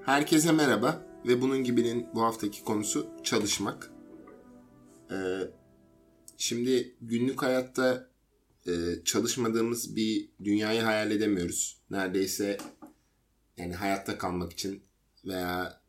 Herkese merhaba ve bunun gibinin bu haftaki konusu çalışmak. Şimdi günlük hayatta çalışmadığımız bir dünyayı hayal edemiyoruz. Neredeyse yani hayatta kalmak için veya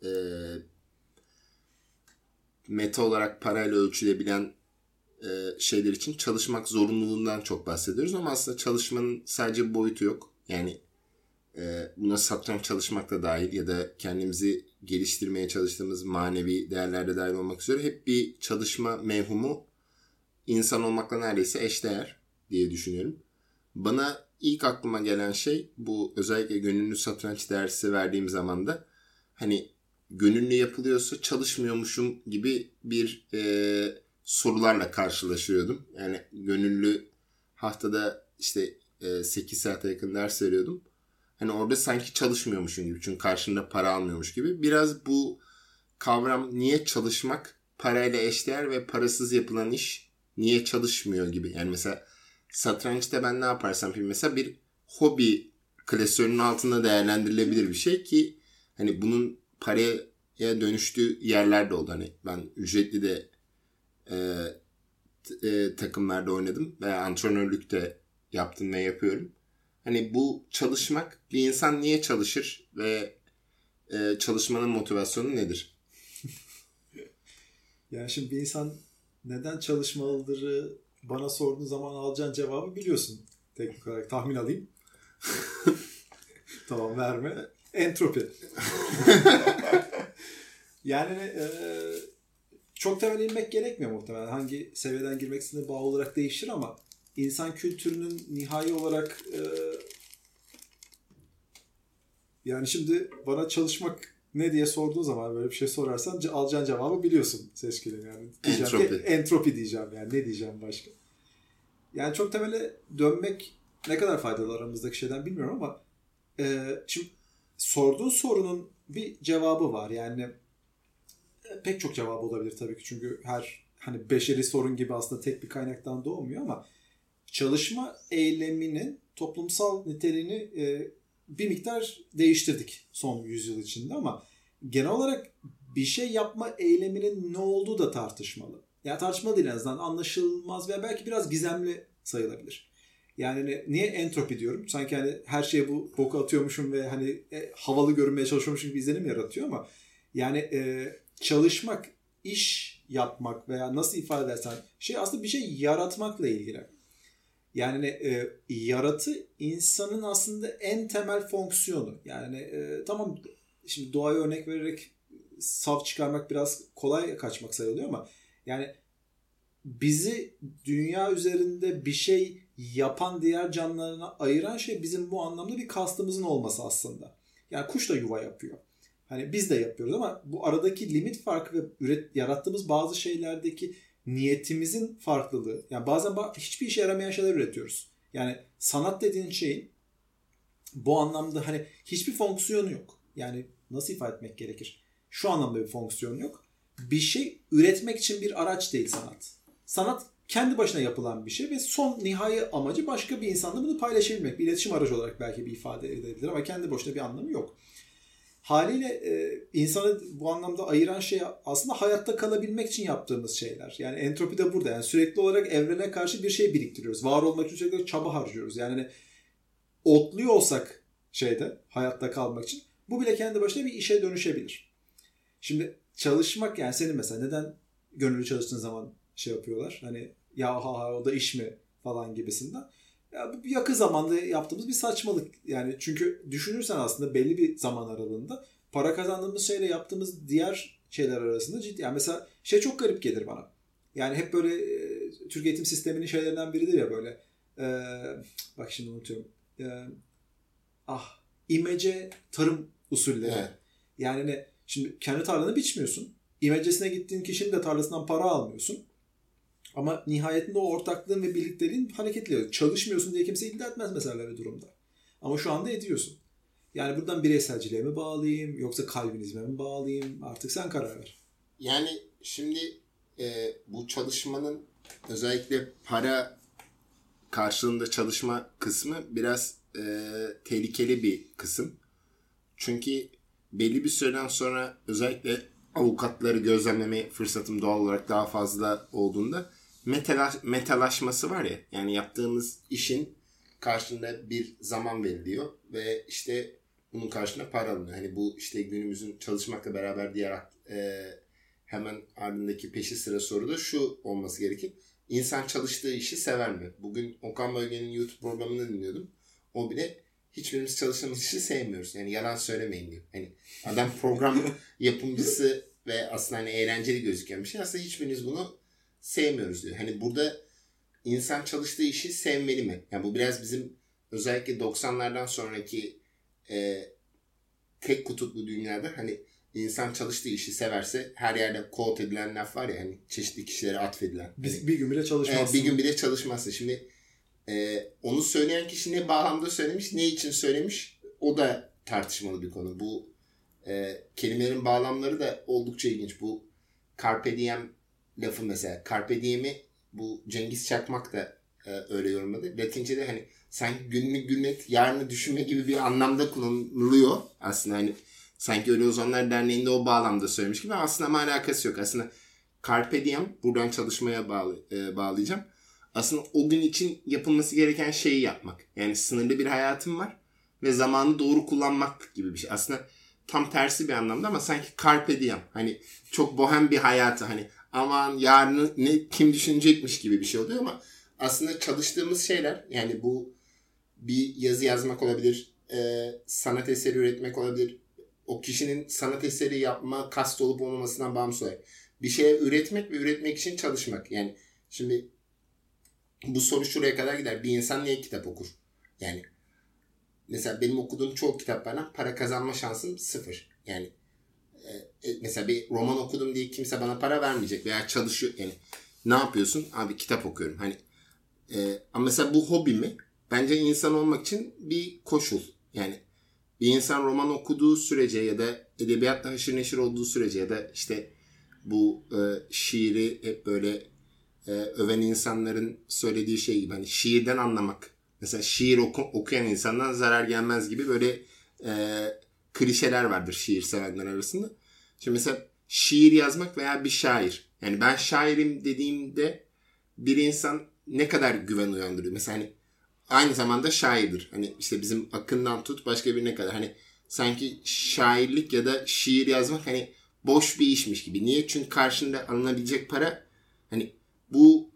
meta olarak parayla ölçülebilen şeyler için çalışmak zorunluluğundan çok bahsediyoruz. Ama aslında çalışmanın sadece bir boyutu yok. Yani buna satranç çalışmak da dahil ya da kendimizi geliştirmeye çalıştığımız manevi değerlerde dahil olmak üzere hep bir çalışma mevhumu insan olmakla neredeyse eşdeğer diye düşünüyorum. Bana ilk aklıma gelen şey bu, özellikle gönüllü satranç dersi verdiğim zaman da hani gönüllü yapılıyorsa çalışmıyormuşum gibi bir sorularla karşılaşıyordum. Yani gönüllü haftada işte 8 saate yakın ders veriyordum. Hani orada sanki çalışmıyormuşum gibi. Çünkü karşında para almıyormuş gibi. Biraz bu kavram niye çalışmak parayla eşdeğer ve parasız yapılan iş niye çalışmıyor gibi. Yani mesela satrançta ben ne yaparsam yapayım mesela bir hobi klasörünün altında değerlendirilebilir bir şey ki hani bunun paraya dönüştüğü yerler de oldu. Hani ben ücretli de takımlarda oynadım veya antrenörlük de yaptım ve yapıyorum. Hani bu çalışmak, bir insan niye çalışır ve çalışmanın motivasyonu nedir? Yani şimdi bir insan neden çalışmalıdır bana sorduğun zaman alacağın cevabı biliyorsun. Teknik olarak tahmin alayım. Tamam, verme. Entropi. Yani çok temel inmek gerekmiyor muhtemelen. Hangi seviyeden girmek istediğine bağlı olarak değişir ama insan kültürünün nihai olarak yani şimdi bana çalışmak ne diye sorduğun zaman böyle bir şey sorarsan alacağın cevabı biliyorsun seçkinin yani. Entropi. Entropi diyeceğim yani. Ne diyeceğim başka? Yani çok temele dönmek ne kadar faydalı aramızdaki şeyden bilmiyorum ama şimdi sorduğun sorunun bir cevabı var. Yani pek çok cevabı olabilir tabii ki. Çünkü her hani beşeri sorun gibi aslında tek bir kaynaktan doğmuyor ama çalışma eyleminin toplumsal niteliğini bir miktar değiştirdik son yüzyıl içinde ama genel olarak bir şey yapma eyleminin ne olduğu da tartışmalı. Yani tartışmalı değil, en azından anlaşılmaz veya belki biraz gizemli sayılabilir. Yani niye entropi diyorum? Sanki hani her şeye bu boku atıyormuşum ve hani havalı görünmeye çalışıyormuşum gibi izlenim yaratıyor ama yani çalışmak, iş yapmak veya nasıl ifade edersen şey aslında bir şey yaratmakla ilgili. Yani yaratı insanın aslında en temel fonksiyonu. Yani tamam, şimdi doğaya örnek vererek saf çıkarmak biraz kolay kaçmak sayılıyor ama yani bizi dünya üzerinde bir şey yapan diğer canlılarına ayıran şey bizim bu anlamda bir kastımızın olması aslında. Yani kuş da yuva yapıyor. Hani biz de yapıyoruz ama bu aradaki limit farkı ve yarattığımız bazı şeylerdeki niyetimizin farklılığı. Yani bazen hiçbir işe yaramayan şeyler üretiyoruz. Yani sanat dediğin şeyin bu anlamda hani hiçbir fonksiyonu yok. Yani nasıl ifade etmek gerekir? Şu anlamda bir fonksiyonu yok. Bir şey üretmek için bir araç değil sanat. Sanat kendi başına yapılan bir şey ve son nihai amacı başka bir insanla bunu paylaşabilmek. Bir iletişim aracı olarak belki bir ifade edebilir ama kendi başına bir anlamı yok. Haliyle insanı bu anlamda ayıran şey aslında hayatta kalabilmek için yaptığımız şeyler. Yani entropi de burada. Yani sürekli olarak evrene karşı bir şey biriktiriyoruz. Var olmak için sürekli çaba harcıyoruz. Yani hani otluyor olsak hayatta kalmak için bu bile kendi başına bir işe dönüşebilir. Şimdi çalışmak, yani senin mesela neden gönüllü çalıştığın zaman şey yapıyorlar? Hani ya o da iş mi falan gibisinden. Ya bu yakın zamanda yaptığımız bir saçmalık. Yani çünkü düşünürsen aslında belli bir zaman aralığında para kazandığımız şeyle yaptığımız diğer şeyler arasında ciddi. Yani mesela şey çok garip gelir bana. Yani hep böyle Türk eğitim sisteminin şeylerinden biridir ya böyle. Bak şimdi unutuyorum. İmece tarım usulleri. Evet. Yani ne? Şimdi kendi tarlanı biçmiyorsun. İmecesine gittiğin kişinin de tarlasından para almıyorsun. Ama nihayetinde o ortaklığın ve birlikteliğin hareketli. Çalışmıyorsun diye kimse iddia etmez mesela bir durumda. Ama şu anda ediyorsun. Yani buradan bireyselciliğe mi bağlayayım yoksa kalvinizme mi bağlayayım? Artık sen karar ver. Yani şimdi bu çalışmanın özellikle para karşılığında çalışma kısmı biraz tehlikeli bir kısım. Çünkü belli bir süreden sonra özellikle avukatları gözlemleme fırsatım doğal olarak daha fazla olduğunda metalaşması var ya. Yani yaptığımız işin karşılığında bir zaman veriliyor ve işte bunun karşılığında para alınıyor. Hani bu işte günümüzün çalışmakla beraber diğer hemen ardındaki peşi sıra soru da şu olması gerekir. İnsan çalıştığı işi sever mi? Bugün Okan Bölge'nin YouTube programını dinliyordum. O bile hiçbirimiz çalıştığımız işi sevmiyoruz. Yani yalan söylemeyin diyor. Hani adam program yapımcısı ve aslında hani eğlenceli gözüken bir şey. Aslında hiçbirimiz bunu sevmiyoruz diyor. Hani burada insan çalıştığı işi sevmeli mi? Yani bu biraz bizim özellikle 90'lardan sonraki tek kutuplu dünyada hani insan çalıştığı işi severse her yerde quote edilen laf var ya hani çeşitli kişilere atfedilen. Bir gün bile çalışmazsın. Bir gün bile çalışmazsın. Şimdi onu söyleyen kişi ne bağlamda söylemiş, ne için söylemiş o da tartışmalı bir konu. Bu kelimelerin bağlamları da oldukça ilginç. Bu Carpe Diem lafı mesela. Carpe Diem'i bu Cengiz Çakmak da öyle yorumladı. Latince'de hani sanki gününü gün et, yarını düşünme gibi bir anlamda kullanılıyor. Aslında hani sanki Ölü Ozanlar Derneği'nde o bağlamda söylemiş gibi aslında ama alakası yok. Aslında Carpe Diem, buradan çalışmaya bağlayacağım. Aslında o gün için yapılması gereken şeyi yapmak. Yani sınırlı bir hayatım var ve zamanı doğru kullanmak gibi bir şey. Aslında tam tersi bir anlamda ama sanki Carpe Diem. Hani çok bohem bir hayatı hani aman yarını ne kim düşünecekmiş gibi bir şey oluyor ama aslında çalıştığımız şeyler yani bu bir yazı yazmak olabilir, sanat eseri üretmek olabilir. O kişinin sanat eseri yapma kastı olup olmamasından bağımsız olarak bir şeye üretmek ve üretmek için çalışmak. Yani şimdi bu soru şuraya kadar gider. Bir insan niye kitap okur? Yani mesela benim okuduğum çoğu kitaplardan para kazanma şansım sıfır. Yani mesela bir roman okudum diye kimse bana para vermeyecek veya çalışıyor. Yani ne yapıyorsun? Abi kitap okuyorum. Hani ama mesela bu hobi mi? Bence insan olmak için bir koşul. Yani bir insan roman okuduğu sürece ya da edebiyatla haşır neşir olduğu sürece ya da işte bu şiiri hep böyle öven insanların söylediği şey gibi hani şiirden anlamak. Mesela şiir okuyan insandan zarar gelmez gibi böyle klişeler vardır şiir sevenler arasında. Şimdi mesela şiir yazmak veya bir şair. Yani ben şairim dediğimde bir insan ne kadar güven uyandırıyor. Mesela hani aynı zamanda şairdir. Hani işte bizim Akın'dan tut başka birine kadar. Hani sanki şairlik ya da şiir yazmak hani boş bir işmiş gibi. Niye? Çünkü karşında alınabilecek para hani bu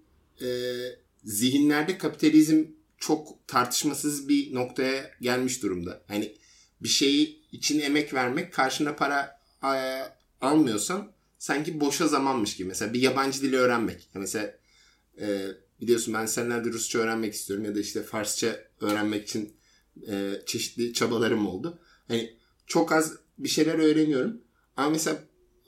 zihinlerde kapitalizm çok tartışmasız bir noktaya gelmiş durumda. Hani bir şeyi için emek vermek karşına para almıyorsan sanki boşa zamanmış gibi. Mesela bir yabancı dili öğrenmek. Mesela biliyorsun ben senelerdir Rusça öğrenmek istiyorum ya da işte Farsça öğrenmek için çeşitli çabalarım oldu. Hani çok az bir şeyler öğreniyorum. Ama mesela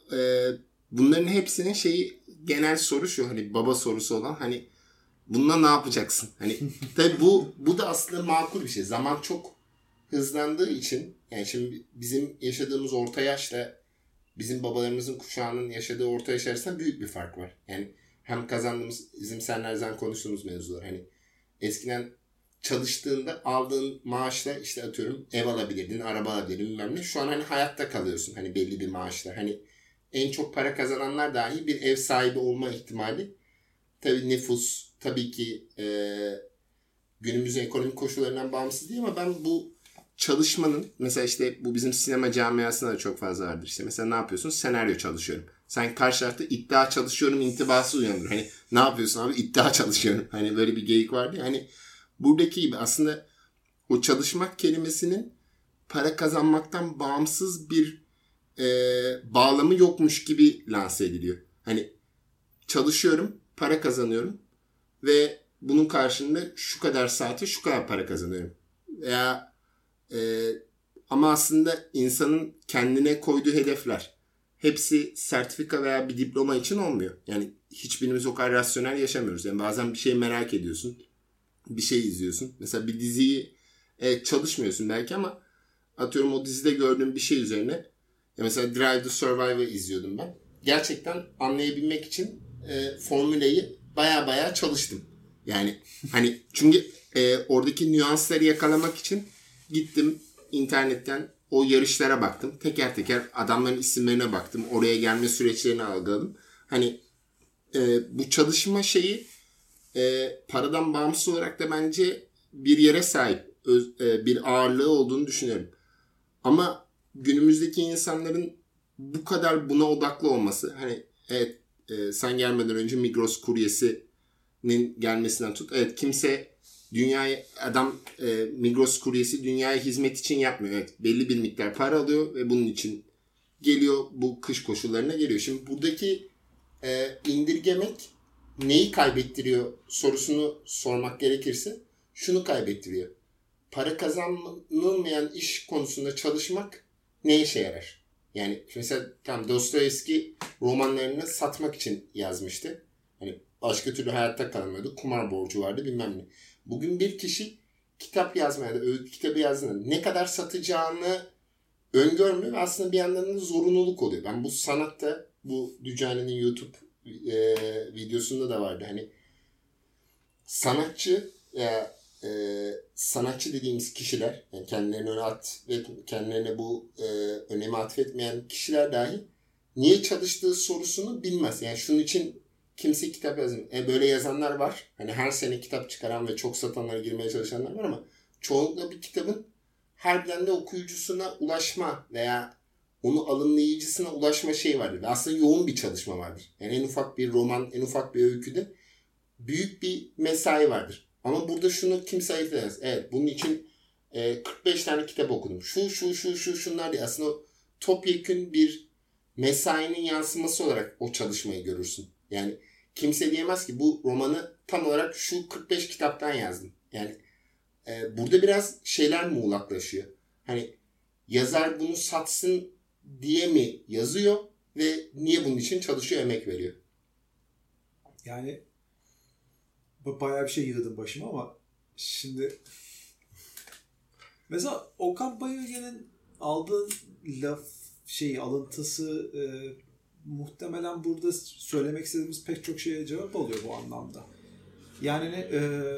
bunların hepsinin şeyi genel soru şu hani baba sorusu olan hani bununla ne yapacaksın? Hani tabii bu da aslında makul bir şey. Zaman çok hızlandığı için yani şimdi bizim yaşadığımız orta yaşla bizim babalarımızın kuşağının yaşadığı orta yaş arasında büyük bir fark var. Yani hem kazandığımız bizim senlerden konuştuğumuz mevzular hani eskiden çalıştığında aldığın maaşla işte atıyorum ev alabilirdin, araba alabilirdin bilmem ne. Şu an hani hayatta kalıyorsun hani belli bir maaşla. Hani en çok para kazananlar dahi bir ev sahibi olma ihtimali. Tabii nüfus tabii ki günümüzün ekonomik koşullarından bağımsız değil ama ben bu çalışmanın mesela işte bu bizim sinema camiasında da çok fazla vardır. İşte mesela ne yapıyorsun? Senaryo çalışıyorum. Sen karşı tarafta iddia çalışıyorum intibası uyanır. Hani ne yapıyorsun abi? İddia çalışıyorum. Hani böyle bir geyik vardı ya. Hani buradaki gibi aslında o çalışmak kelimesinin para kazanmaktan bağımsız bir bağlamı yokmuş gibi lanse ediliyor. Hani çalışıyorum, para kazanıyorum ve bunun karşılığında şu kadar saate şu kadar para kazanıyorum. Veya ama aslında insanın kendine koyduğu hedefler hepsi sertifika veya bir diploma için olmuyor. Yani hiçbirimiz o kadar rasyonel yaşamıyoruz. Yani bazen bir şey merak ediyorsun. Bir şey izliyorsun. Mesela bir diziyi çalışmıyorsun belki ama atıyorum o dizide gördüğüm bir şey üzerine ya mesela Drive to Survive'ı izliyordum ben. Gerçekten anlayabilmek için formüleyi baya çalıştım. Yani hani çünkü oradaki nüansları yakalamak için gittim internetten o yarışlara baktım. Teker teker adamların isimlerine baktım. Oraya gelme süreçlerini algıladım. Hani bu çalışma şeyi paradan bağımsız olarak da bence bir yere sahip. Bir ağırlığı olduğunu düşünüyorum. Ama günümüzdeki insanların bu kadar buna odaklı olması. Hani evet, sen gelmeden önce Migros kuryesinin gelmesinden tut. Evet, kimse Migros kuryesi dünyaya hizmet için yapmıyor. Evet, belli bir miktar para alıyor ve bunun için geliyor, bu kış koşullarına geliyor. Şimdi buradaki indirgemek neyi kaybettiriyor sorusunu sormak gerekirse şunu kaybettiriyor. Para kazanılmayan iş konusunda çalışmak ne işe yarar? Yani mesela tam Dostoyevski romanlarını satmak için yazmıştı. Hani başka türlü hayatta kalamıyordu. Kumar borcu vardı, bilmem ne. Bugün bir kişi kitap yazmaya da öykü kitabı yazdığında ne kadar satacağını öngörmüyor ve aslında bir yandan da zorunluluk oluyor. Ben bu sanatta, bu Dücani'nin YouTube videosunda da vardı. Hani sanatçı veya sanatçı dediğimiz kişiler, yani kendilerine bu önemi atfetmeyen kişiler dahi niye çalıştığı sorusunu bilmez. Yani şunun için kimse kitap yazmıyor. Böyle yazanlar var. Hani her sene kitap çıkaran ve çok satanlara girmeye çalışanlar var ama çoğunlukla bir kitabın harbiden de okuyucusuna ulaşma veya onu alımlayıcısına ulaşma şeyi vardır. Ve aslında yoğun bir çalışma vardır. Yani en ufak bir roman, en ufak bir öyküde büyük bir mesai vardır. Ama burada şunu kimse ayırt edemez. Evet, bunun için 45 tane kitap okudum. Şunlar diye. Aslında o topyekün bir mesainin yansıması olarak o çalışmayı görürsün. Yani kimse diyemez ki bu romanı tam olarak şu 45 kitaptan yazdım. Yani burada biraz şeyler muğlaklaşıyor. Hani yazar bunu satsın diye mi yazıyor ve niye bunun için çalışıyor, emek veriyor? Yani bayağı bir şey yığdım başıma ama şimdi mesela Okan Bayülgen'in aldığı alıntısı muhtemelen burada söylemek istediğimiz pek çok şeye cevap oluyor bu anlamda. Yani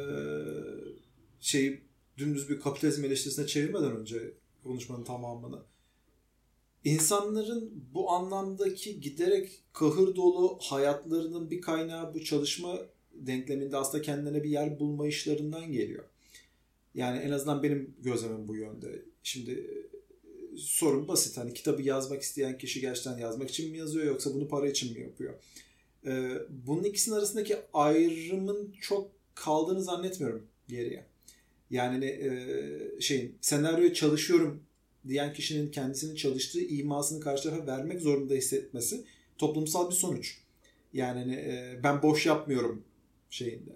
dümdüz bir kapitalizm eleştirisine çevirmeden önce konuşmanın tamamını, İnsanların bu anlamdaki giderek kahır dolu hayatlarının bir kaynağı bu çalışma denkleminde aslında kendilerine bir yer bulma işlerinden geliyor. Yani en azından benim gözlemim bu yönde. Şimdi sorun basit. Hani kitabı yazmak isteyen kişi gerçekten yazmak için mi yazıyor yoksa bunu para için mi yapıyor? Bunun ikisinin arasındaki ayrımın çok kaldığını zannetmiyorum geriye. Yani senaryoya çalışıyorum diyen kişinin kendisinin çalıştığı imasını karşı tarafa vermek zorunda hissetmesi toplumsal bir sonuç. Yani ben boş yapmıyorum şeyinde.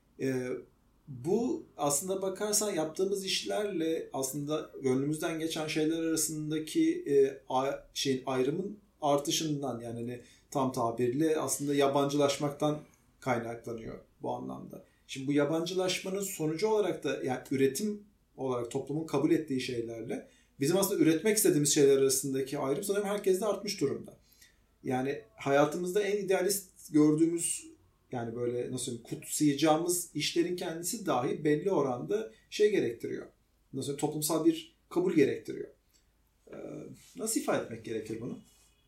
Bu aslında bakarsan yaptığımız işlerle aslında gönlümüzden geçen şeyler arasındaki ayrımın artışından, yani tam tabirle aslında yabancılaşmaktan kaynaklanıyor bu anlamda. Şimdi bu yabancılaşmanın sonucu olarak da yani üretim olarak toplumun kabul ettiği şeylerle bizim aslında üretmek istediğimiz şeyler arasındaki ayrım sanırım herkeste artmış durumda. Yani hayatımızda en idealist gördüğümüz, yani böyle nasıl diyeyim, kutsayacağımız işlerin kendisi dahi belli oranda gerektiriyor. Nasıl diyeyim, toplumsal bir kabul gerektiriyor. Nasıl ifade etmek gerekir bunu?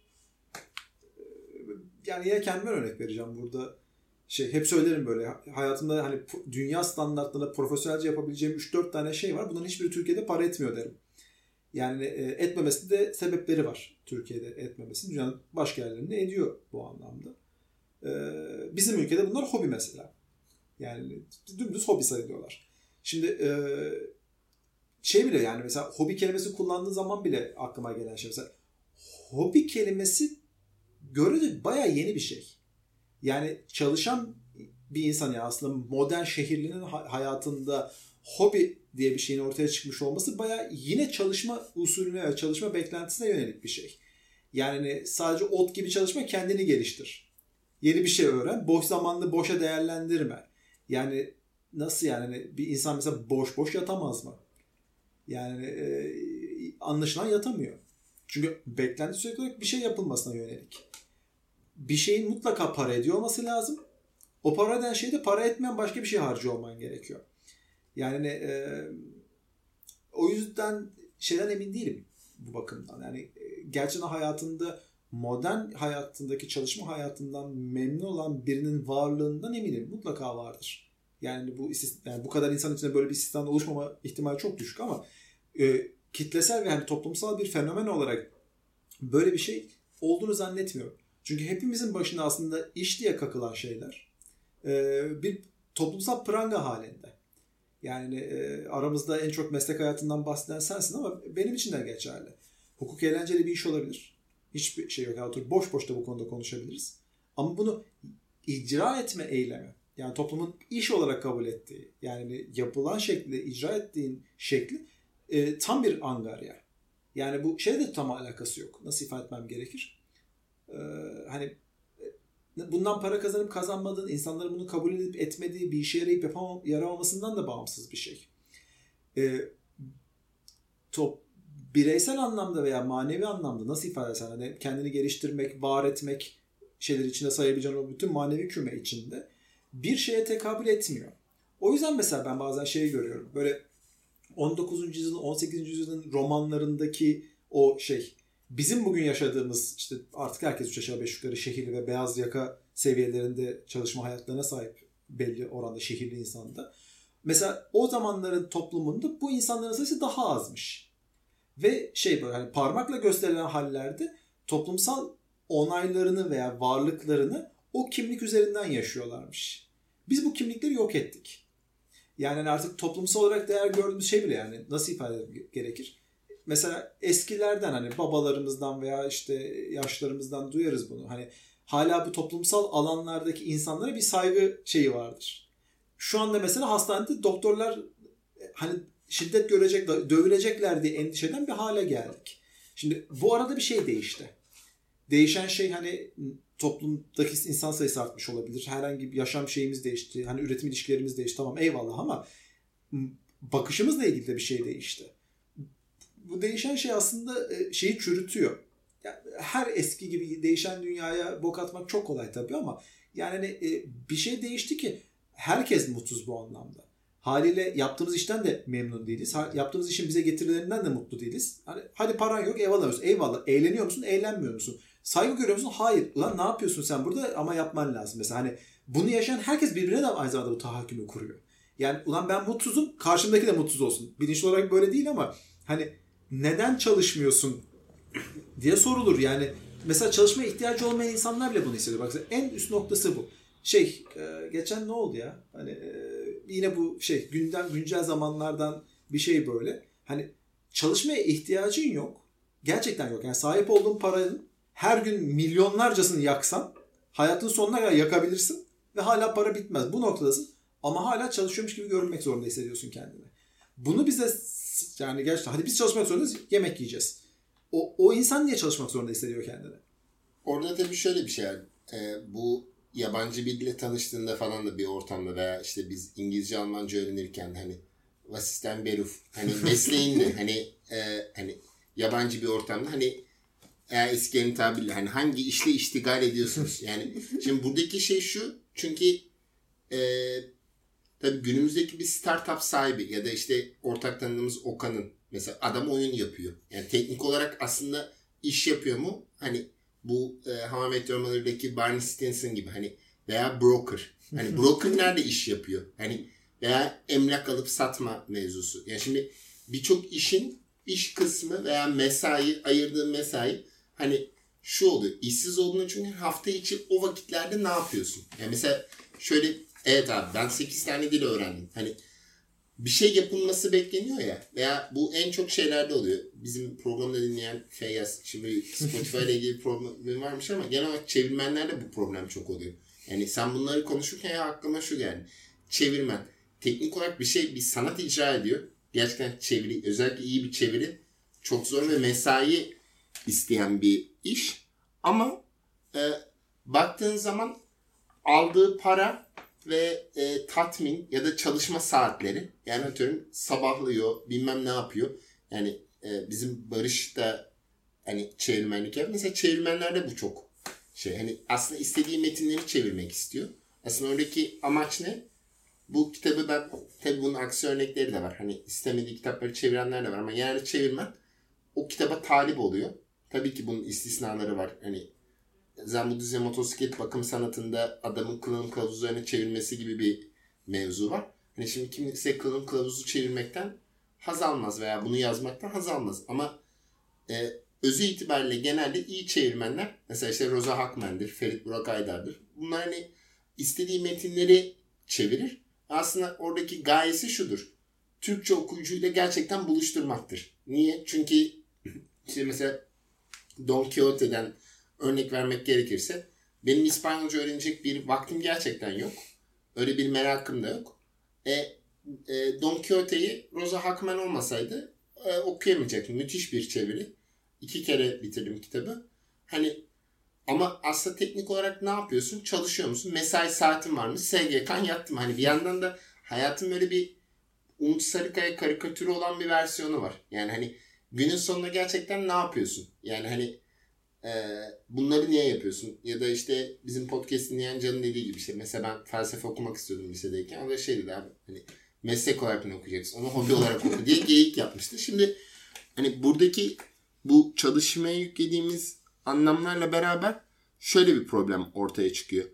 Yani ya kendime örnek vereceğim burada. Hep söylerim böyle, hayatımda hani dünya standartlarında profesyonelce yapabileceğim 3-4 tane şey var. Bunların hiçbiri Türkiye'de para etmiyor derim. Yani etmemesinde de sebepleri var. Türkiye'de etmemesinin, dünyanın başka yerlerinde ediyor bu anlamda. Bizim ülkede bunlar hobi mesela. Yani dümdüz hobi sayılıyorlar. Şimdi bile, yani mesela hobi kelimesi kullandığı zaman bile aklıma gelen şey mesela hobi kelimesi görece bayağı yeni bir şey. Yani çalışan bir insan, ya aslında modern şehirlinin hayatında hobi diye bir şeyin ortaya çıkmış olması bayağı yine çalışma usulüne ve çalışma beklentisine yönelik bir şey. Yani sadece ot gibi çalışma, kendini geliştir. Yeni bir şey öğren, boş zamanını boşa değerlendirme. Yani nasıl yani bir insan mesela boş boş yatamaz mı? Yani anlaşılan yatamıyor. Çünkü beklenti sürekli olarak bir şey yapılmasına yönelik. Bir şeyin mutlaka para ediyor olması lazım. O para eden şeyde para etmeyen başka bir şey harcıyor olman gerekiyor. Yani o yüzden şeyden emin değilim. bu bakımdan. Yani gerçekten hayatında, modern hayatındaki çalışma hayatından memnun olan birinin varlığından eminim. Mutlaka vardır. Yani bu kadar insan içinde böyle bir istisnanın oluşmama ihtimali çok düşük ama kitlesel ve yani toplumsal bir fenomen olarak böyle bir şey olduğunu zannetmiyorum. Çünkü hepimizin başına aslında iş diye kakılan şeyler bir toplumsal pranga halinde. Yani aramızda en çok meslek hayatından bahseden sensin ama benim için de geçerli. Hukuk eğlenceli bir iş olabilir. Hiçbir şey yok. Yani boş boş da bu konuda konuşabiliriz. Ama bunu icra etme eylemi, yani toplumun iş olarak kabul ettiği, yani yapılan şekli, icra ettiğin şekli tam bir angarya. Yani bu şeyle de tam alakası yok. Nasıl ifade etmem gerekir? Hani bundan para kazanıp kazanmadığın, insanların bunu kabul edip etmediği, bir işe yarayıp yaramamasından da bağımsız bir şey. Bireysel anlamda veya manevi anlamda nasıl ifade edersen, hani kendini geliştirmek, var etmek şeyler içinde sayabileceğin o bütün manevi küme içinde bir şeye tekabül etmiyor. O yüzden mesela ben bazen şeyi görüyorum. Böyle 19. yüzyılın, 18. yüzyılın romanlarındaki o şey, bizim bugün yaşadığımız işte artık herkes 3 aşağı 5 yukarı şehirli ve beyaz yaka seviyelerinde çalışma hayatlarına sahip belli oranda şehirli insanda. Mesela o zamanların toplumunda bu insanların sayısı daha azmış. Ve şey böyle hani parmakla gösterilen hallerde toplumsal onaylarını veya varlıklarını o kimlik üzerinden yaşıyorlarmış. Biz bu kimlikleri yok ettik. Yani artık toplumsal olarak değer gördüğümüz şey bile, yani nasıl ifade gerekir? Mesela eskilerden, hani babalarımızdan veya işte yaşlarımızdan duyarız bunu. Hani hala bu toplumsal alanlardaki insanlara bir saygı şeyi vardır. Şu anda mesela hastanede doktorlar hani şiddet görecek, dövülecekler diye endişeden bir hale geldik. Şimdi bu arada bir şey değişti. Değişen şey hani toplumdaki insan sayısı artmış olabilir. Herhangi bir yaşam şeyimiz değişti. Hani üretim ilişkilerimiz değişti. Tamam, eyvallah, ama bakışımızla ilgili de bir şey değişti. Bu değişen şey aslında şeyi çürütüyor. Yani her eski gibi değişen dünyaya bok atmak çok kolay tabii ama yani hani, bir şey değişti ki herkes mutsuz bu anlamda. Haliyle yaptığımız işten de memnun değiliz. Yaptığımız işin bize getirilerinden de mutlu değiliz. Hani, hadi paran yok, ev alamıyorsun. Eyvallah. Eğleniyor musun? Eğlenmiyor musun? Saygı görüyor musun? Hayır. Ulan ne yapıyorsun sen burada? Ama yapman lazım. Mesela hani bunu yaşayan herkes birbirine de aynı zamanda bu tahakkümü kuruyor. Yani ulan ben mutsuzum, karşımdaki de mutsuz olsun. Bilinçli olarak böyle değil ama hani neden çalışmıyorsun diye sorulur. Yani mesela çalışmaya ihtiyacı olmayan insanlar bile bunu hissediyor. Bak, en üst noktası bu. Geçen ne oldu ya? Hani yine bu güncel zamanlardan bir şey böyle. Hani çalışmaya ihtiyacın yok. Gerçekten yok. Yani sahip olduğun paranın her gün milyonlarcasını yaksan hayatın sonuna kadar yakabilirsin ve hala para bitmez. Bu noktadasın ama hala çalışıyormuş gibi görünmek zorunda hissediyorsun kendini. Bunu bize yani gerçekten hadi biz çalışmak zorundayız, yemek yiyeceğiz. O insan niye çalışmak zorunda hissediyor kendini? Orada tabii şöyle bir şey var. Bu yabancı biriyle tanıştığında falan da bir ortamda veya işte biz İngilizce, Almanca öğrenirken hani vasisten beruf hani mesleğin ne? Hani yabancı bir ortamda hani eskilerin tabiriyle hani hangi işle iştigal ediyorsunuz? Yani şimdi buradaki şey şu, çünkü tabii günümüzdeki bir startup sahibi ya da işte ortak tanıdığımız Okan'ın mesela adam oyun yapıyor. Yani teknik olarak aslında iş yapıyor mu? Hani bu How I Met Your Mother'daki Barney Stinson gibi hani veya broker. Hani broker nerede iş yapıyor? Hani veya emlak alıp satma mevzusu. Yani şimdi birçok işin iş kısmı veya ayırdığın mesai hani şu oluyor. İşsiz olduğunu, çünkü hafta içi o vakitlerde ne yapıyorsun? Yani mesela şöyle, evet abi ben 8 tane dil öğrendim. Hani bir şey yapılması bekleniyor ya. Veya bu en çok şeylerde oluyor. Bizim programda dinleyen Feyyaz, şimdi Spotify ile ilgili bir problem varmış ama genel olarak çevirmenlerde bu problem çok oluyor. Yani sen bunları konuşurken ya aklıma şu geldi. Çevirmen teknik olarak bir sanat icra ediyor. Gerçekten çeviri, özellikle iyi bir çeviri çok zor ve mesai isteyen bir iş. Ama baktığın zaman aldığı para ve tatmin ya da çalışma saatleri, yani atıyorum sabahlıyor, bilmem ne yapıyor. Yani bizim Barış da hani çevirmenlik yapıyor. Mesela çevirmenlerde bu çok hani aslında istediği metinleri çevirmek istiyor. Aslında oradaki amaç ne? Bu kitabı tabii bunun aksi örnekleri de var. Hani istemediği kitapları çevirenler de var ama genelde çevirmen o kitaba talip oluyor. Tabii ki bunun istisnaları var. Hani Zen Budizm motosiklet bakım sanatında adamın kullanım kılavuzlarını çevirmesi gibi bir mevzu var. Hani şimdi kimse kullanım kılavuzu çevirmekten haz almaz veya bunu yazmaktan haz almaz. Ama özü itibariyle genelde iyi çevirmenler, mesela işte Rosa Hakmen'dir, Ferit Burak Aydar'dır. Bunlar hani istediği metinleri çevirir. Aslında oradaki gayesi şudur. Türkçe okuyucuyla gerçekten buluşturmaktır. Niye? Çünkü işte mesela Don Quixote'den örnek vermek gerekirse benim İspanyolca öğrenecek bir vaktim gerçekten yok. Öyle bir merakım da yok. Don Quixote'yi Rosa Hakmen olmasaydı okuyamayacaktım. Müthiş bir çeviri. 2 kere bitirdim kitabı. Hani ama aslında teknik olarak ne yapıyorsun? Çalışıyor musun? Mesai saatin var mı? SGK'n yattım. Hani bir yandan da hayatın böyle bir Umut Sarıkaya karikatürü olan bir versiyonu var. Yani hani günün sonunda gerçekten ne yapıyorsun? Yani hani bunları niye yapıyorsun? Ya da işte bizim podcast dinleyen Can'ın dediği gibi işte mesela ben felsefe okumak istiyordum lisedeyken. O da şey dedi abi hani meslek olarak ne okuyacaksın? Onu hobi olarak oku diye geyik yapmıştı. Şimdi hani buradaki bu çalışmaya yüklediğimiz anlamlarla beraber şöyle bir problem ortaya çıkıyor.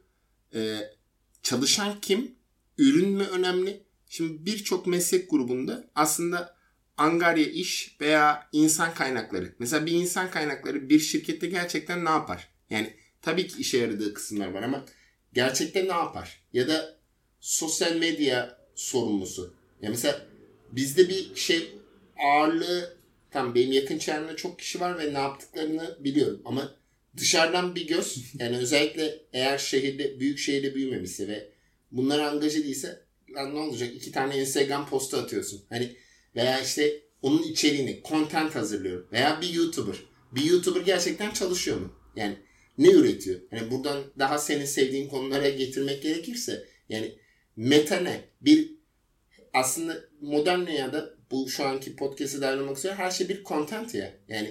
Çalışan kim? Ürün mü önemli? Şimdi birçok meslek grubunda aslında angarya iş veya insan kaynakları. Mesela bir insan kaynakları bir şirkette gerçekten ne yapar? Yani tabii ki işe yaradığı kısımlar var ama gerçekten ne yapar? Ya da sosyal medya sorumlusu. Ya mesela bizde bir şey ağırlığı, tam benim yakın çevremde çok kişi var ve ne yaptıklarını biliyorum ama dışarıdan bir göz, yani özellikle eğer şehirde, büyük şehirde büyümemişse ve bunlara angaje değilse lan ne olacak? 2 tane Instagram postu atıyorsun. Hani veya işte onun içeriğini, content hazırlıyorum. Veya bir YouTuber. Bir YouTuber gerçekten çalışıyor mu? Yani ne üretiyor? Hani buradan daha senin sevdiğin konulara getirmek gerekirse yani meta ne? Bir aslında modern dünyada bu şu anki podcast'ı dahil olmak üzere her şey bir content ya. Yani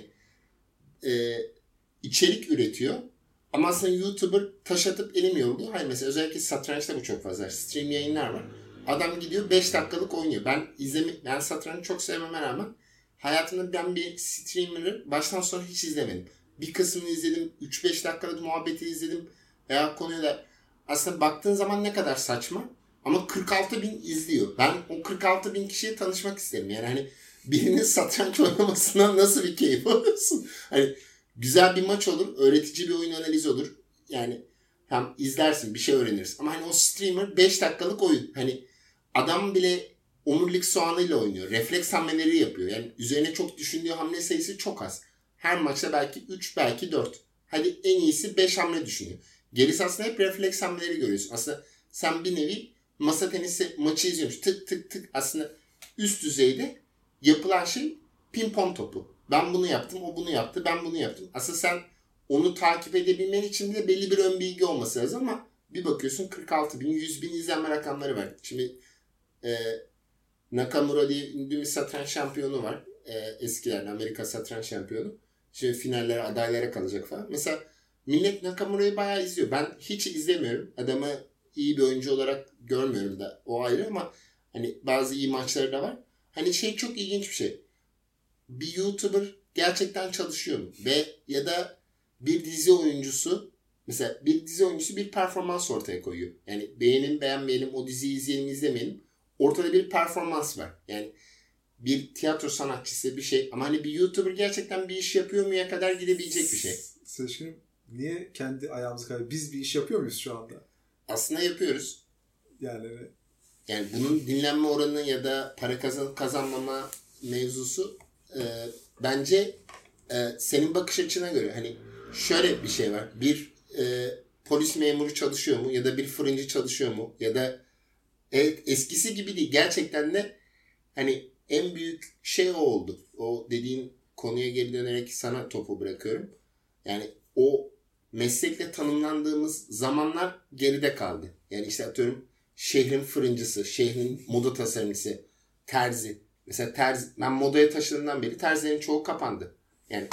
içerik üretiyor. Ama aslında YouTuber taş atıp elim yoruluyor. Hayır mesela özellikle satrançta bu çok fazla. Stream yayınlar var. Adam gidiyor 5 dakikalık oynuyor. Ben satrancı çok sevmeme rağmen hayatımda ben bir streamer'ı baştan sona hiç izlemedim. Bir kısmını izledim. 3-5 dakikalık muhabbeti izledim. Veya konuya da aslında baktığın zaman ne kadar saçma. Ama 46 bin izliyor. Ben o 46 bin kişiye tanışmak isterim. Yani hani birinin satranç oynamasından nasıl bir keyif alıyorsun? Hani güzel bir maç olur. Öğretici bir oyun analizi olur. Yani hem izlersin bir şey öğrenirsin. Ama hani o streamer 5 dakikalık oyun. Hani adam bile omurilik soğanıyla oynuyor. Refleks hamleleri yapıyor. Yani üzerine çok düşündüğü hamle sayısı çok az. Her maçta belki 3 belki 4. Hadi en iyisi 5 hamle düşünüyor. Gerisi aslında hep refleks hamleleri görüyorsun. Aslında sen bir nevi masa tenisi maçı izliyormuş. Tık tık tık aslında üst düzeyde yapılan şey pimpon topu. Ben bunu yaptım, o bunu yaptı, ben bunu yaptım. Aslında sen onu takip edebilmen için de belli bir ön bilgi olması lazım ama bir bakıyorsun 46 bin, 100 bin izlenme rakamları var. Şimdi Nakamura diye ünlü bir satranç şampiyonu var. Eskilerden Amerika satranç şampiyonu. Şimdi finallere, adaylara kalacak falan. Mesela millet Nakamura'yı bayağı izliyor. Ben hiç izlemiyorum. Adamı iyi bir oyuncu olarak görmüyorum da o ayrı ama hani bazı iyi maçları da var. Hani şey çok ilginç bir şey. Bir YouTuber gerçekten çalışıyor mu? Ve ya da bir dizi oyuncusu mesela bir dizi oyuncusu bir performans ortaya koyuyor. Yani beğenin beğenmeyelim, o diziyi izleyelim izlemeyelim. Ortada bir performans var. Yani bir tiyatro sanatçısı bir şey ama hani bir YouTuber gerçekten bir iş yapıyor muya kadar gidebilecek bir şey. Seçkin niye kendi ayağımızı kaybediyoruz? Biz bir iş yapıyor muyuz şu anda? Aslında yapıyoruz. Yani bunun dinlenme oranı ya da para kazanmama mevzusu bence senin bakış açına göre hani şöyle bir şey var. Bir polis memuru çalışıyor mu ya da bir fırıncı çalışıyor mu ya da eskisi gibi değil. Gerçekten de hani en büyük şey o oldu. O dediğin konuya geri dönerek sana topu bırakıyorum. Yani o meslekle tanımlandığımız zamanlar geride kaldı. Yani işte atıyorum şehrin fırıncısı, şehrin moda tasarımcısı, terzi. Mesela terzi, ben modaya taşındığımdan beri terzilerin çoğu kapandı. Yani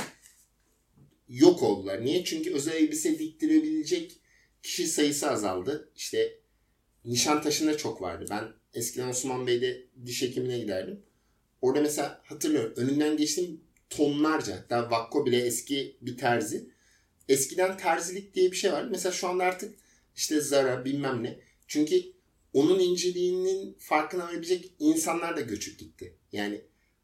yok oldular. Niye? Çünkü özel elbise diktirebilecek kişi sayısı azaldı. İşte Nişantaşı'nda çok vardı. Ben eskiden Osman Bey'de diş hekimine giderdim. Orada mesela hatırlıyorum. Önünden geçtiğim tonlarca. Hatta Vakko bile eski bir terzi. Eskiden terzilik diye bir şey vardı. Mesela şu anda artık işte Zara bilmem ne. Çünkü onun inceliğinin farkına varabilecek insanlar da göçüp gitti. Yani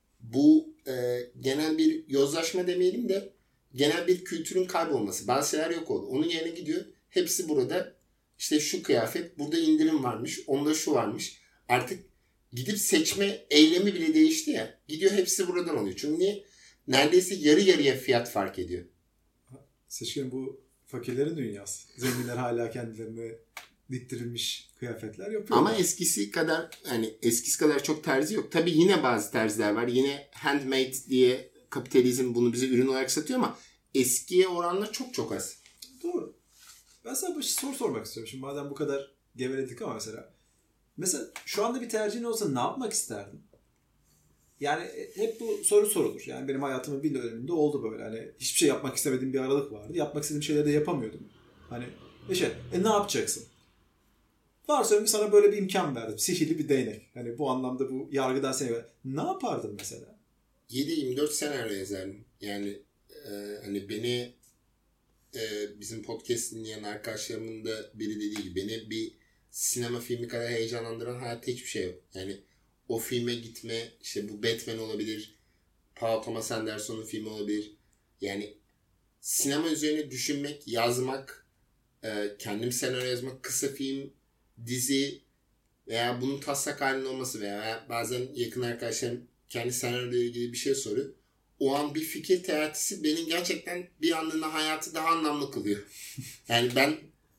bu genel bir yozlaşma demeyelim de genel bir kültürün kaybolması. Bazı şeyler yok oldu. Onun yerine gidiyor. Hepsi burada. İşte şu kıyafet. Burada indirim varmış. Onda şu varmış. Artık gidip seçme eylemi bile değişti ya. Gidiyor hepsi buradan alıyor. Çünkü niye? Neredeyse yarı yarıya fiyat fark ediyor. Seçkin bu fakirlerin dünyası. Zenginler hala kendilerine diktirilmiş kıyafetler yapıyor. Ama eskisi kadar çok terzi yok. Tabii yine bazı terziler var. Yine handmade diye kapitalizm bunu bize ürün olarak satıyor ama eskiye oranla çok çok az. Doğru. Ben sana bir soru sormak istiyorum. Şimdi madem bu kadar geveledik ama mesela şu anda bir tercihin olsa ne yapmak isterdin? Yani hep bu soru sorulur. Yani benim hayatımın bir döneminde oldu böyle. Hani hiçbir şey yapmak istemediğim bir aralık vardı. Yapmak istediğim şeyleri de yapamıyordum. Hani ne yapacaksın? Varsayalım ki sana böyle bir imkan verdim. Sihirli bir değnek. Hani bu anlamda bu yargıdan seni ne yapardın mesela? 7-24 senaryo yazardım. Yani hani beni bizim podcast dinleyen arkadaşlarımın da biri dediği gibi beni bir sinema filmi kadar heyecanlandıran hayatta hiçbir şey yok. Yani o filme gitme, işte bu Batman olabilir, Paul Thomas Anderson'un filmi olabilir. Yani sinema üzerine düşünmek, yazmak, kendim senaryo yazmak, kısa film, dizi veya bunun taslak halinde olması veya bazen yakın arkadaşlarım kendi senaryoyla ilgili bir şey soruyor. O an bir fikir teatisi benim gerçekten bir anlığına hayatı daha anlamlı kılıyor. Yani ben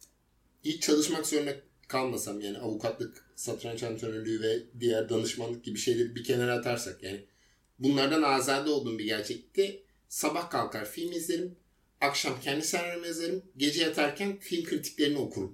hiç çalışmak zorunda kalmasam yani avukatlık, satranç antrenörlüğü ve diğer danışmanlık gibi şeyleri bir kenara atarsak yani bunlardan azade olduğum bir gerçeklikte sabah kalkar film izlerim, akşam kendi senaryomu yazarım, gece yatarken film kritiklerini okurum.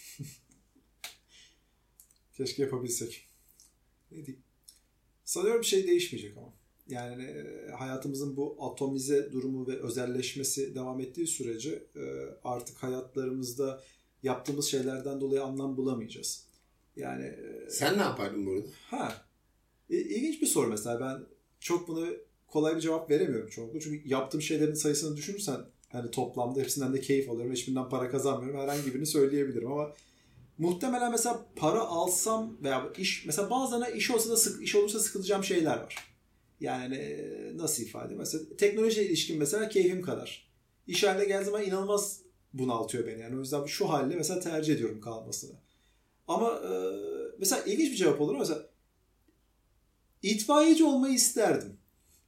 Keşke yapabilsek. Ne diyeyim? Sanıyorum bir şey değişmeyecek ama. Yani hayatımızın bu atomize durumu ve özelleşmesi devam ettiği sürece artık hayatlarımızda yaptığımız şeylerden dolayı anlam bulamayacağız. Yani sen ne yapardın bu arada? İlginç bir soru mesela. Ben çok buna kolay bir cevap veremiyorum çoğunlukla. Çünkü yaptığım şeylerin sayısını düşünürsen hani toplamda hepsinden de keyif alıyorum. Hiçbirinden para kazanmıyorum. Herhangi birini söyleyebilirim ama muhtemelen mesela para alsam veya mesela bazılarına iş olsa da iş olursa sıkılacağım şeyler var. Yani nasıl ifade? Mesela teknolojiyle ilişkin mesela keyfim kadar. İş haline geldiği zaman inanılmaz bunaltıyor beni. Yani o yüzden şu halle mesela tercih ediyorum kalmasını. Ama mesela ilginç bir cevap olur mu? Mesela itfaiyeci olmayı isterdim.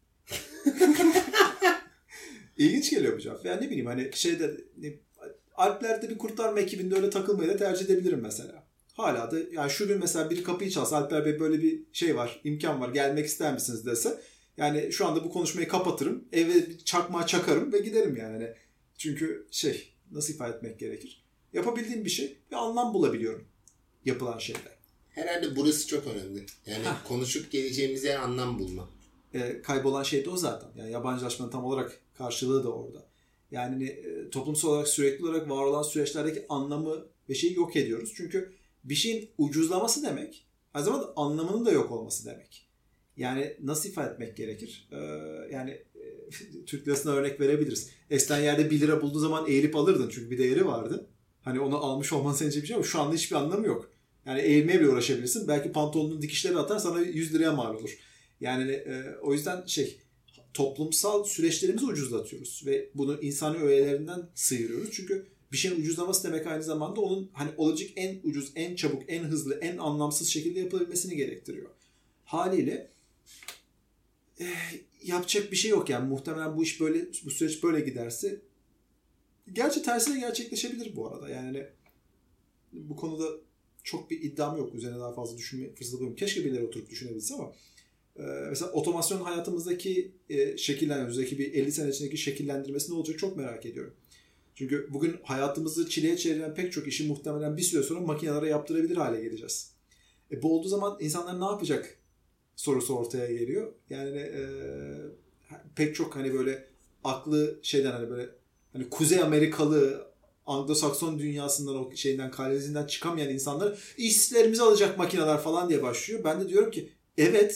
İlginç geliyor bu cevap. Yani ne bileyim hani Alplerde bir kurtarma ekibinde öyle takılmayı da tercih edebilirim mesela. Hala da yani şu gün mesela biri kapıyı çalsa Alper Bey böyle bir şey var, imkan var gelmek ister misiniz dese yani şu anda bu konuşmayı kapatırım, eve bir çakmağı çakarım ve giderim yani. Çünkü nasıl ifade etmek gerekir? Yapabildiğim bir şey ve anlam bulabiliyorum yapılan şeyler. Herhalde burası çok önemli. Yani konuşup geleceğimiz yer anlam bulma. Kaybolan şey de o zaten. Yani yabancılaşmanın tam olarak karşılığı da orada. Yani toplumsal olarak sürekli olarak var olan süreçlerdeki anlamı ve şeyi yok ediyoruz. Çünkü bir şeyin ucuzlaması demek, aynı zamanda anlamının da yok olması demek. Yani nasıl ifade etmek gerekir? Türk lirasına örnek verebiliriz. Eskiden yerde 1 lira bulduğu zaman eğilip alırdın çünkü bir değeri vardı. Hani onu almış olman sence bir şey ama şu anda hiçbir anlamı yok. Yani eğilmeye bile uğraşabilirsin. Belki pantolonun dikişleri atar sana 100 liraya mal olur. Yani o yüzden toplumsal süreçlerimizi ucuzlatıyoruz ve bunu insani öğelerinden sıyırıyoruz. Çünkü bir şeyin ucuzlaması demek aynı zamanda onun hani olacak en ucuz, en çabuk, en hızlı, en anlamsız şekilde yapılabilmesini gerektiriyor. Haliyle yapacak bir şey yok yani muhtemelen bu süreç böyle giderse gerçi tersi de gerçekleşebilir bu arada. Yani bu konuda çok bir iddiam yok. Üzerine daha fazla düşünme fırsatı bulamıyorum. Keşke birileri oturup düşünebilse ama mesela otomasyon hayatımızdaki önümüzdeki bir 50 sene içindeki şekillendirmesi ne olacak çok merak ediyorum. Çünkü bugün hayatımızı çileye çeviren pek çok işi muhtemelen bir süre sonra makinelere yaptırabilir hale geleceğiz. Bu olduğu zaman insanlar ne yapacak sorusu ortaya geliyor. Yani pek çok hani böyle aklı hani böyle hani Kuzey Amerikalı Anglo-Sakson dünyasından o kalesinden çıkamayan insanlar işlerimizi alacak makineler falan diye başlıyor. Ben de diyorum ki evet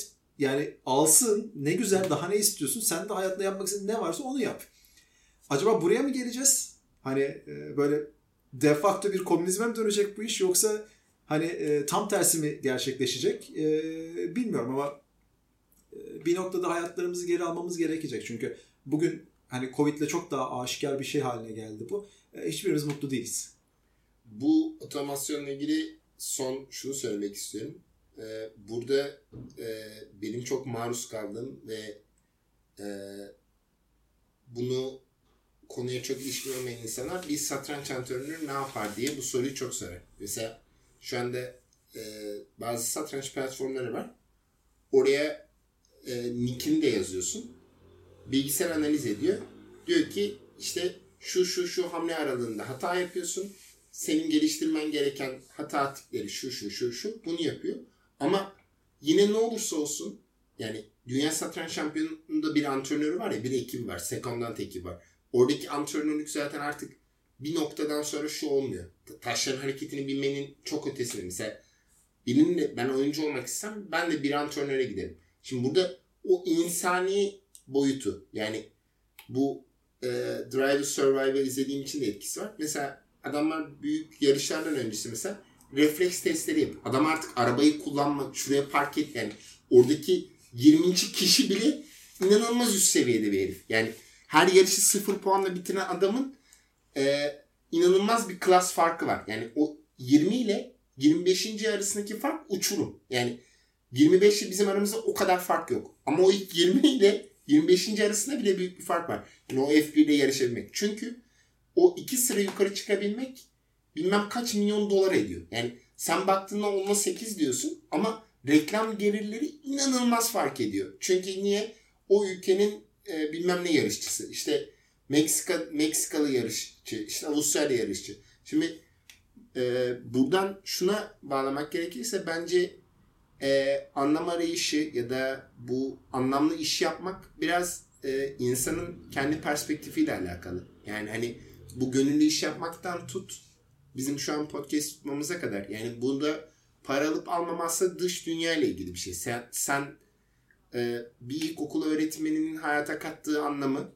Yani alsın, ne güzel, daha ne istiyorsun? Sen de hayatında yapmak istediğin ne varsa onu yap. Acaba buraya mı geleceğiz? Hani böyle de facto bir komünizme mi dönecek bu iş, yoksa hani tam tersi mi gerçekleşecek? Bilmiyorum ama bir noktada hayatlarımızı geri almamız gerekecek. Çünkü bugün hani Covid'le çok daha aşikar bir şey haline geldi bu. Hiçbirimiz mutlu değiliz. Bu otomasyonla ilgili son şunu söylemek istiyorum. Burada benim çok maruz kaldığım ve bunu konuya çok ilişkin olmayan insanlar bir satranç antrenörü ne yapar diye bu soruyu çok sorar. Mesela şu anda bazı satranç platformları var. Oraya nickini de yazıyorsun. Bilgisayar analiz ediyor. Diyor ki işte şu hamle aralığında hata yapıyorsun. Senin geliştirmen gereken hata tipleri şu bunu yapıyor. Ama yine ne olursa olsun, yani Dünya Satranç Şampiyonu'nda bir antrenörü var ya, bir ekibi var. Sekondant ekibi var. Oradaki antrenörlük zaten artık bir noktadan sonra şu olmuyor. Taşların hareketini bilmenin çok ötesinde. Mesela birinin ben oyuncu olmak istem, ben de bir antrenöre giderim. Şimdi burada o insani boyutu, yani bu Drive to Survive'ı izlediğim için de etkisi var. Mesela adamlar büyük yarışlardan öncesi mesela refleks testleri yapıyor. Adam artık arabayı kullanmak, şuraya park et, yani oradaki 20. kişi bile inanılmaz üst seviyede bir herif. Yani her yarışı 0 puanla bitiren adamın inanılmaz bir klas farkı var. Yani o 20 ile 25. arasındaki fark uçurum. Yani 25 ile bizim aramızda o kadar fark yok. Ama o ilk 20 ile 25. arasında bile büyük bir fark var. Yani o F1 ile yarışabilmek. Çünkü o 2 sıra yukarı çıkabilmek bilmem kaç milyon dolar ediyor. Yani sen baktığında 10'a 8 diyorsun ama reklam gelirleri inanılmaz fark ediyor. Çünkü niye? O ülkenin bilmem ne yarışçısı. İşte Meksikalı yarışçı, işte Avustralya yarışçı. Şimdi buradan şuna bağlamak gerekirse bence anlam arayışı ya da bu anlamlı iş yapmak biraz insanın kendi perspektifiyle alakalı. Yani hani bu gönüllü iş yapmaktan tut bizim şu an podcast tutmamıza kadar. Yani bunda para alıp almaması dış dünya ile ilgili bir şey. Sen bir ilkokul öğretmeninin hayata kattığı anlamı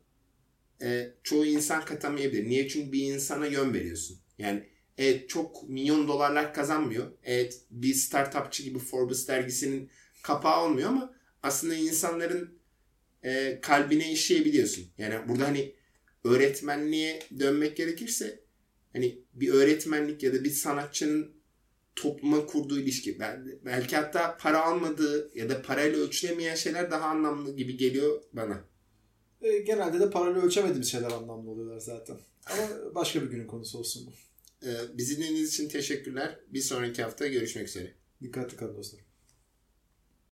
çoğu insan katamayabilir. Niye? Çünkü bir insana yön veriyorsun. Yani evet, çok milyon dolarlar kazanmıyor. Evet, bir startupçı gibi Forbes dergisinin kapağı olmuyor ama aslında insanların kalbine işleyebiliyorsun. Yani burada hani öğretmenliğe dönmek gerekirse hani bir öğretmenlik ya da bir sanatçının topluma kurduğu ilişki, belki hatta para almadığı ya da parayla ölçülemeyen şeyler daha anlamlı gibi geliyor bana. Genelde de parayla ölçemediğimiz şeyler anlamlı oluyorlar zaten. Ama başka bir günün konusu olsun bu. Bizi dinlediğiniz için teşekkürler. Bir sonraki hafta görüşmek üzere. Dikkatli kalın dostlar.